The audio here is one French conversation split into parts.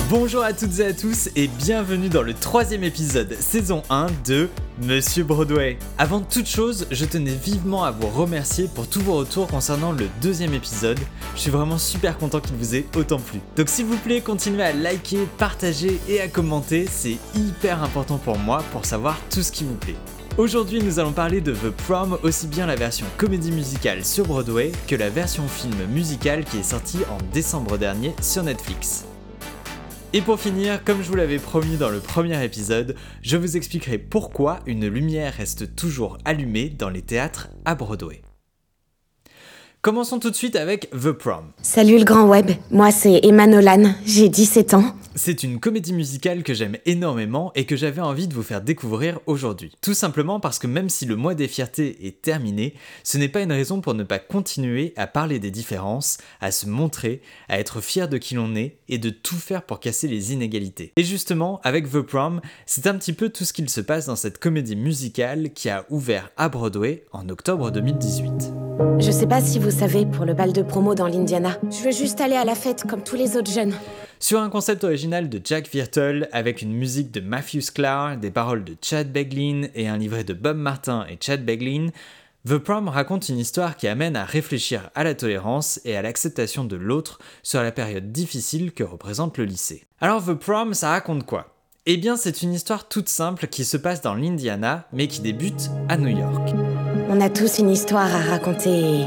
Bonjour à toutes et à tous et bienvenue dans le 3e épisode saison 1 de Monsieur Broadway. Avant toute chose, je tenais vivement à vous remercier pour tous vos retours concernant le 2e épisode. Je suis vraiment super content qu'il vous ait autant plu. Donc s'il vous plaît, continuez à liker, partager et à commenter, c'est hyper important pour moi pour savoir tout ce qui vous plaît. Aujourd'hui, nous allons parler de The Prom, aussi bien la version comédie musicale sur Broadway que la version film musicale qui est sortie en décembre dernier sur Netflix. Et pour finir, comme je vous l'avais promis dans le premier épisode, je vous expliquerai pourquoi une lumière reste toujours allumée dans les théâtres à Broadway. Commençons tout de suite avec The Prom. Salut le grand web, moi c'est Emma Nolan, j'ai 17 ans. C'est une comédie musicale que j'aime énormément et que j'avais envie de vous faire découvrir aujourd'hui. Tout simplement parce que même si le mois des fiertés est terminé, ce n'est pas une raison pour ne pas continuer à parler des différences, à se montrer, à être fier de qui l'on est et de tout faire pour casser les inégalités. Et justement, avec The Prom, c'est un petit peu tout ce qu'il se passe dans cette comédie musicale qui a ouvert à Broadway en octobre 2018. Je sais pas si vous savez, pour le bal de promo dans l'Indiana, je veux juste aller à la fête comme tous les autres jeunes. Sur un concept original de Jack Virtle, avec une musique de Matthew Sklar, des paroles de Chad Beglin et un livret de Bob Martin et Chad Beglin, The Prom raconte une histoire qui amène à réfléchir à la tolérance et à l'acceptation de l'autre sur la période difficile que représente le lycée. Alors The Prom, ça raconte quoi ? Eh bien, c'est une histoire toute simple qui se passe dans l'Indiana, mais qui débute à New York. On a tous une histoire à raconter et...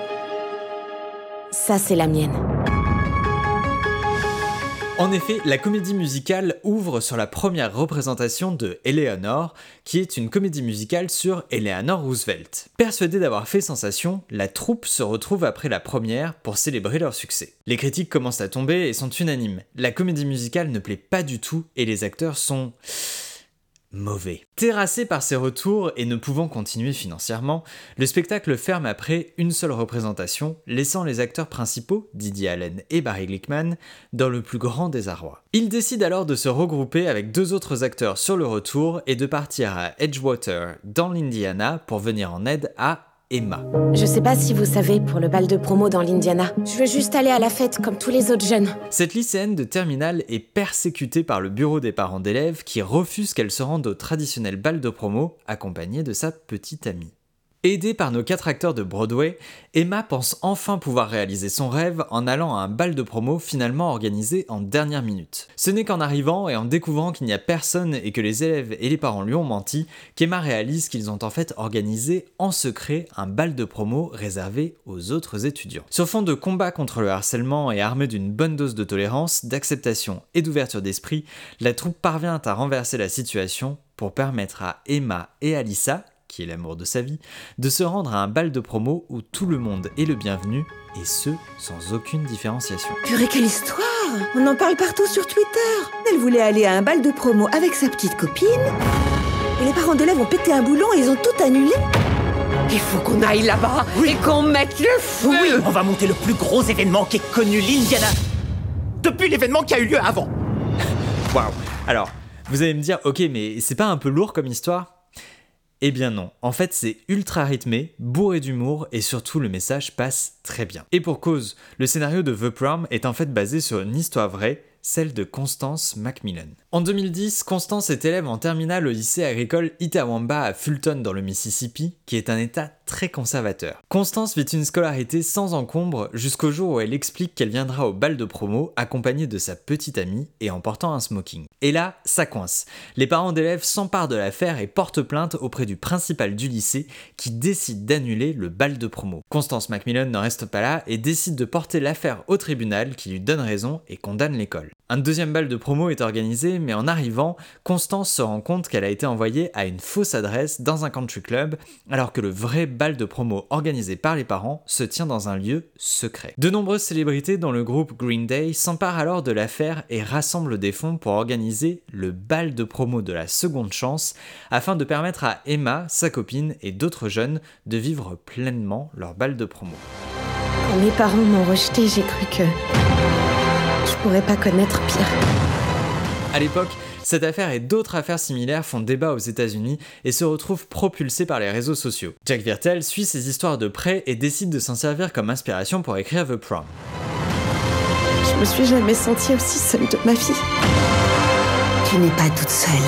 ça, c'est la mienne. En effet, la comédie musicale ouvre sur la première représentation de Eleanor, qui est une comédie musicale sur Eleanor Roosevelt. Persuadée d'avoir fait sensation, la troupe se retrouve après la première pour célébrer leur succès. Les critiques commencent à tomber et sont unanimes. La comédie musicale ne plaît pas du tout et les acteurs sont... mauvais. Terrassé par ses retours et ne pouvant continuer financièrement, le spectacle ferme après une seule représentation, laissant les acteurs principaux, Didi Allen et Barry Glickman, dans le plus grand désarroi. Ils décident alors de se regrouper avec 2 autres acteurs sur le retour et de partir à Edgewater, dans l'Indiana, pour venir en aide à Emma. Je sais pas si vous savez, pour le bal de promo dans l'Indiana, je veux juste aller à la fête comme tous les autres jeunes. Cette lycéenne de terminale est persécutée par le bureau des parents d'élèves qui refuse qu'elle se rende au traditionnel bal de promo accompagnée de sa petite amie. Aidée par nos 4 acteurs de Broadway, Emma pense enfin pouvoir réaliser son rêve en allant à un bal de promo finalement organisé en dernière minute. Ce n'est qu'en arrivant et en découvrant qu'il n'y a personne et que les élèves et les parents lui ont menti, qu'Emma réalise qu'ils ont en fait organisé en secret un bal de promo réservé aux autres étudiants. Sur fond de combat contre le harcèlement et armée d'une bonne dose de tolérance, d'acceptation et d'ouverture d'esprit, la troupe parvient à renverser la situation pour permettre à Emma et Alyssa, qui est l'amour de sa vie, de se rendre à un bal de promo où tout le monde est le bienvenu, et ce, sans aucune différenciation. Purée, quelle histoire! On en parle partout sur Twitter. Elle voulait aller à un bal de promo avec sa petite copine, et les parents d'élèves ont pété un boulon et ils ont tout annulé. Il faut qu'on aille là-bas et qu'on mette le feu! Oui, on va monter le plus gros événement qu'ait connu l'Indiana depuis l'événement qui a eu lieu avant. Waouh! Alors, vous allez me dire, ok, mais c'est pas un peu lourd comme histoire ? Eh bien non, en fait c'est ultra rythmé, bourré d'humour et surtout le message passe très bien. Et pour cause, le scénario de The Prom est en fait basé sur une histoire vraie, celle de Constance Macmillan. En 2010, Constance est élève en terminale au lycée agricole Itawamba à Fulton dans le Mississippi, qui est un état très conservateur. Constance vit une scolarité sans encombre jusqu'au jour où elle explique qu'elle viendra au bal de promo accompagnée de sa petite amie et en portant un smoking. Et là, ça coince. Les parents d'élèves s'emparent de l'affaire et portent plainte auprès du principal du lycée qui décide d'annuler le bal de promo. Constance Macmillan n'en reste pas là et décide de porter l'affaire au tribunal qui lui donne raison et condamne l'école. Un deuxième bal de promo est organisé, mais en arrivant, Constance se rend compte qu'elle a été envoyée à une fausse adresse dans un country club, alors que le vrai bal de promo organisé par les parents se tient dans un lieu secret. De nombreuses célébrités dont le groupe Green Day s'emparent alors de l'affaire et rassemblent des fonds pour organiser le bal de promo de la seconde chance, afin de permettre à Emma, sa copine et d'autres jeunes de vivre pleinement leur bal de promo. Quand mes parents m'ont rejeté, j'ai cru que... je pourrais pas connaître pire. À l'époque, cette affaire et d'autres affaires similaires font débat aux États-Unis et se retrouvent propulsées par les réseaux sociaux. Jack Virtle suit ces histoires de près et décide de s'en servir comme inspiration pour écrire The Prom. Je me suis jamais sentie aussi seule de ma vie. Tu n'es pas toute seule.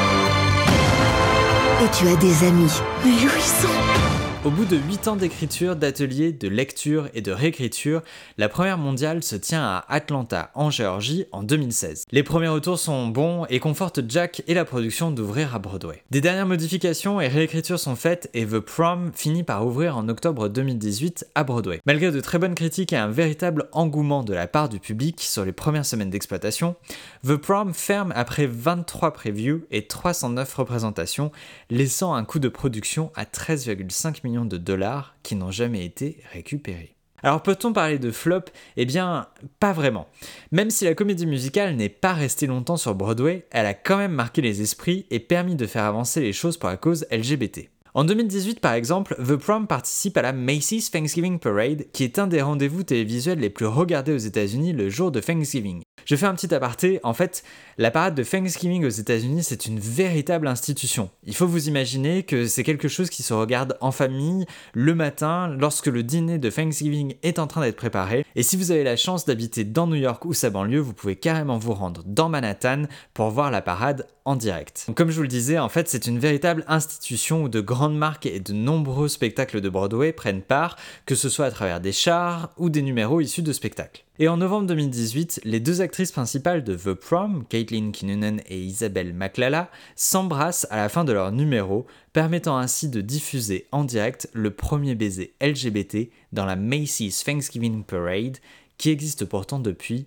Et tu as des amis. Mais où ils sont ? Au bout de 8 ans d'écriture, d'ateliers, de lecture et de réécriture, la première mondiale se tient à Atlanta, en Géorgie, en 2016. Les premiers retours sont bons et confortent Jack et la production d'ouvrir à Broadway. Des dernières modifications et réécritures sont faites et The Prom finit par ouvrir en octobre 2018 à Broadway. Malgré de très bonnes critiques et un véritable engouement de la part du public sur les premières semaines d'exploitation, The Prom ferme après 23 previews et 309 représentations, laissant un coût de production à 13,5 millions de dollars qui n'ont jamais été récupérés. Alors peut-on parler de flop ? Eh bien, pas vraiment. Même si la comédie musicale n'est pas restée longtemps sur Broadway, elle a quand même marqué les esprits et permis de faire avancer les choses pour la cause LGBT. En 2018 par exemple, The Prom participe à la Macy's Thanksgiving Parade, qui est un des rendez-vous télévisuels les plus regardés aux États-Unis le jour de Thanksgiving. Je fais un petit aparté, en fait, la parade de Thanksgiving aux États-Unis, c'est une véritable institution. Il faut vous imaginer que c'est quelque chose qui se regarde en famille, le matin, lorsque le dîner de Thanksgiving est en train d'être préparé. Et si vous avez la chance d'habiter dans New York ou sa banlieue, vous pouvez carrément vous rendre dans Manhattan pour voir la parade en direct. Donc, comme je vous le disais, en fait, c'est une véritable institution où de grandes marques et de nombreux spectacles de Broadway prennent part, que ce soit à travers des chars ou des numéros issus de spectacles. Et en novembre 2018, les deux actrices principales de The Prom, Caitlin Kinnunen et Isabelle McLalla, s'embrassent à la fin de leur numéro, permettant ainsi de diffuser en direct le premier baiser LGBT dans la Macy's Thanksgiving Parade, qui existe pourtant depuis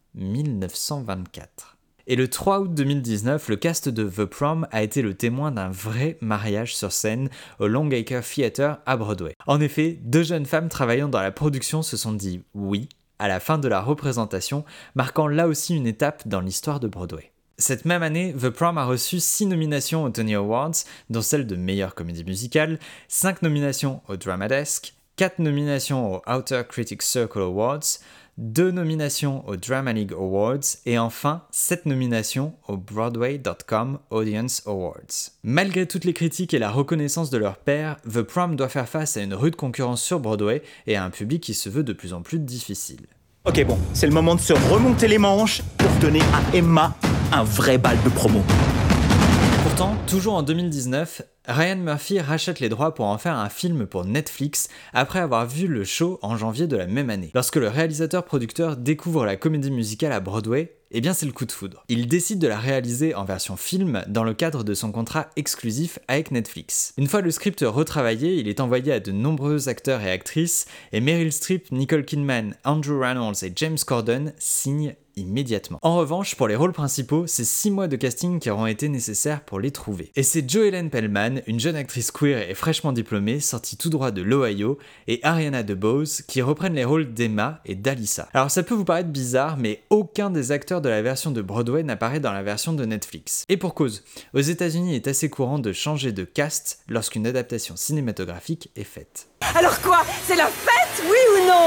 1924. Et le 3 août 2019, le cast de The Prom a été le témoin d'un vrai mariage sur scène au Longacre Theatre à Broadway. En effet, deux jeunes femmes travaillant dans la production se sont dit oui à la fin de la représentation, marquant là aussi une étape dans l'histoire de Broadway. Cette même année, The Prom a reçu 6 nominations aux Tony Awards, dont celle de meilleure comédie musicale, 5 nominations au Drama Desk, 4 nominations aux Outer Critics Circle Awards, 2 nominations aux Drama League Awards et enfin 7 nominations aux Broadway.com Audience Awards. Malgré toutes les critiques et la reconnaissance de leur pairs, The Prom doit faire face à une rude concurrence sur Broadway et à un public qui se veut de plus en plus difficile. Ok bon, c'est le moment de se remonter les manches pour donner à Emma un vrai bal de promo. Pourtant, toujours en 2019, Ryan Murphy rachète les droits pour en faire un film pour Netflix après avoir vu le show en janvier de la même année. Lorsque le réalisateur-producteur découvre la comédie musicale à Broadway, eh bien c'est le coup de foudre. Il décide de la réaliser en version film dans le cadre de son contrat exclusif avec Netflix. Une fois le script retravaillé, il est envoyé à de nombreux acteurs et actrices et Meryl Streep, Nicole Kidman, Andrew Rannells et James Corden signent immédiatement. En revanche, pour les rôles principaux, c'est 6 mois de casting qui auront été nécessaires pour les trouver. Et c'est JoElene Pellman, une jeune actrice queer et fraîchement diplômée, sortie tout droit de l'Ohio, et Ariana DeBose qui reprennent les rôles d'Emma et d'Alyssa. Alors ça peut vous paraître bizarre, mais aucun des acteurs de la version de Broadway n'apparaît dans la version de Netflix. Et pour cause, aux États-Unis il est assez courant de changer de cast lorsqu'une adaptation cinématographique est faite. Alors quoi ? C'est la fête, oui ou non ?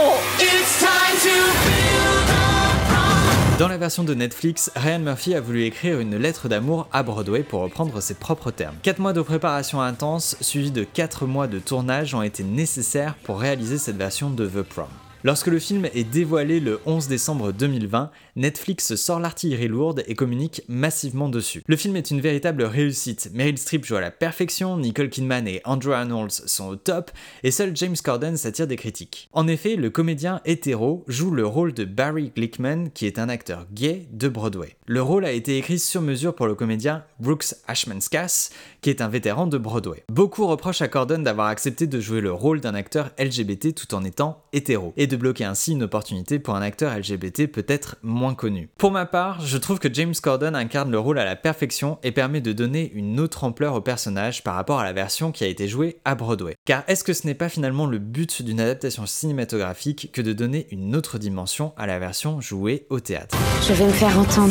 Dans la version de Netflix, Ryan Murphy a voulu écrire une lettre d'amour à Broadway pour reprendre ses propres termes. 4 mois de préparation intense, suivis de 4 mois de tournage ont été nécessaires pour réaliser cette version de The Prom. Lorsque le film est dévoilé le 11 décembre 2020, Netflix sort l'artillerie lourde et communique massivement dessus. Le film est une véritable réussite. Meryl Streep joue à la perfection, Nicole Kidman et Andrew Rannells sont au top, et seul James Corden s'attire des critiques. En effet, le comédien hétéro joue le rôle de Barry Glickman, qui est un acteur gay de Broadway. Le rôle a été écrit sur mesure pour le comédien Brooks Ashmanskas, qui est un vétéran de Broadway. Beaucoup reprochent à Corden d'avoir accepté de jouer le rôle d'un acteur LGBT tout en étant hétéro, et de bloquer ainsi une opportunité pour un acteur LGBT peut-être moins connu. Pour ma part, je trouve que James Corden incarne le rôle à la perfection et permet de donner une autre ampleur au personnage par rapport à la version qui a été jouée à Broadway. Car est-ce que ce n'est pas finalement le but d'une adaptation cinématographique que de donner une autre dimension à la version jouée au théâtre ? Je vais me faire entendre.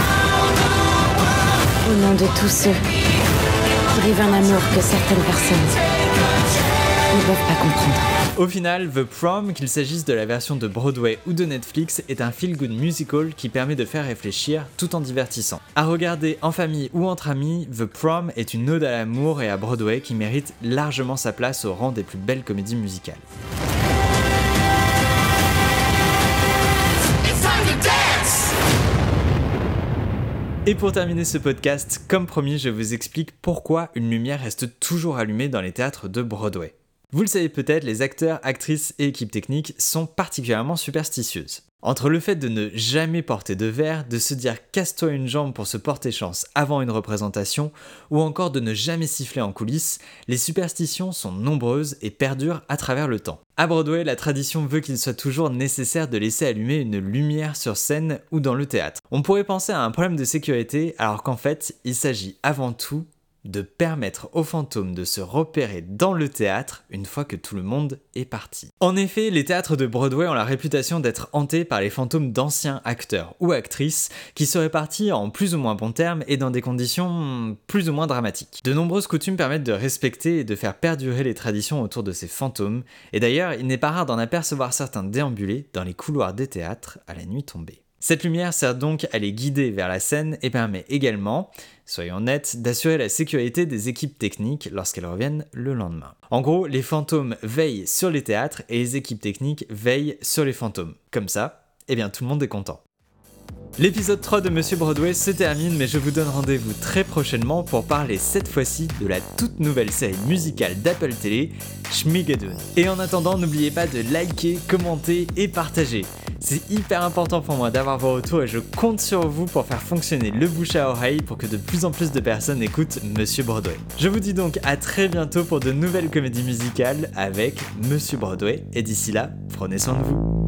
Au nom de tous ceux qui vivent un amour que certaines personnes ne peuvent pas comprendre. Au final, The Prom, qu'il s'agisse de la version de Broadway ou de Netflix, est un feel-good musical qui permet de faire réfléchir tout en divertissant. À regarder en famille ou entre amis, The Prom est une ode à l'amour et à Broadway qui mérite largement sa place au rang des plus belles comédies musicales. It's time to Et pour terminer ce podcast, comme promis, je vous explique pourquoi une lumière reste toujours allumée dans les théâtres de Broadway. Vous le savez peut-être, les acteurs, actrices et équipes techniques sont particulièrement superstitieuses. Entre le fait de ne jamais porter de verre, de se dire « casse-toi une jambe pour se porter chance avant une représentation » ou encore de ne jamais siffler en coulisses, les superstitions sont nombreuses et perdurent à travers le temps. À Broadway, la tradition veut qu'il soit toujours nécessaire de laisser allumer une lumière sur scène ou dans le théâtre. On pourrait penser à un problème de sécurité alors qu'en fait, il s'agit avant tout de permettre aux fantômes de se repérer dans le théâtre une fois que tout le monde est parti. En effet, les théâtres de Broadway ont la réputation d'être hantés par les fantômes d'anciens acteurs ou actrices qui seraient partis en plus ou moins bons termes et dans des conditions plus ou moins dramatiques. De nombreuses coutumes permettent de respecter et de faire perdurer les traditions autour de ces fantômes, et d'ailleurs, il n'est pas rare d'en apercevoir certains déambuler dans les couloirs des théâtres à la nuit tombée. Cette lumière sert donc à les guider vers la scène et permet également, soyons nets, d'assurer la sécurité des équipes techniques lorsqu'elles reviennent le lendemain. En gros, les fantômes veillent sur les théâtres et les équipes techniques veillent sur les fantômes. Comme ça, tout le monde est content. L'épisode 3 de Monsieur Broadway se termine, mais je vous donne rendez-vous très prochainement pour parler cette fois-ci de la toute nouvelle série musicale d'Apple TV, Schmigadoon. Et en attendant, n'oubliez pas de liker, commenter et partager. C'est hyper important pour moi d'avoir vos retours et je compte sur vous pour faire fonctionner le bouche à oreille pour que de plus en plus de personnes écoutent Monsieur Broadway. Je vous dis donc à très bientôt pour de nouvelles comédies musicales avec Monsieur Broadway et d'ici là, prenez soin de vous.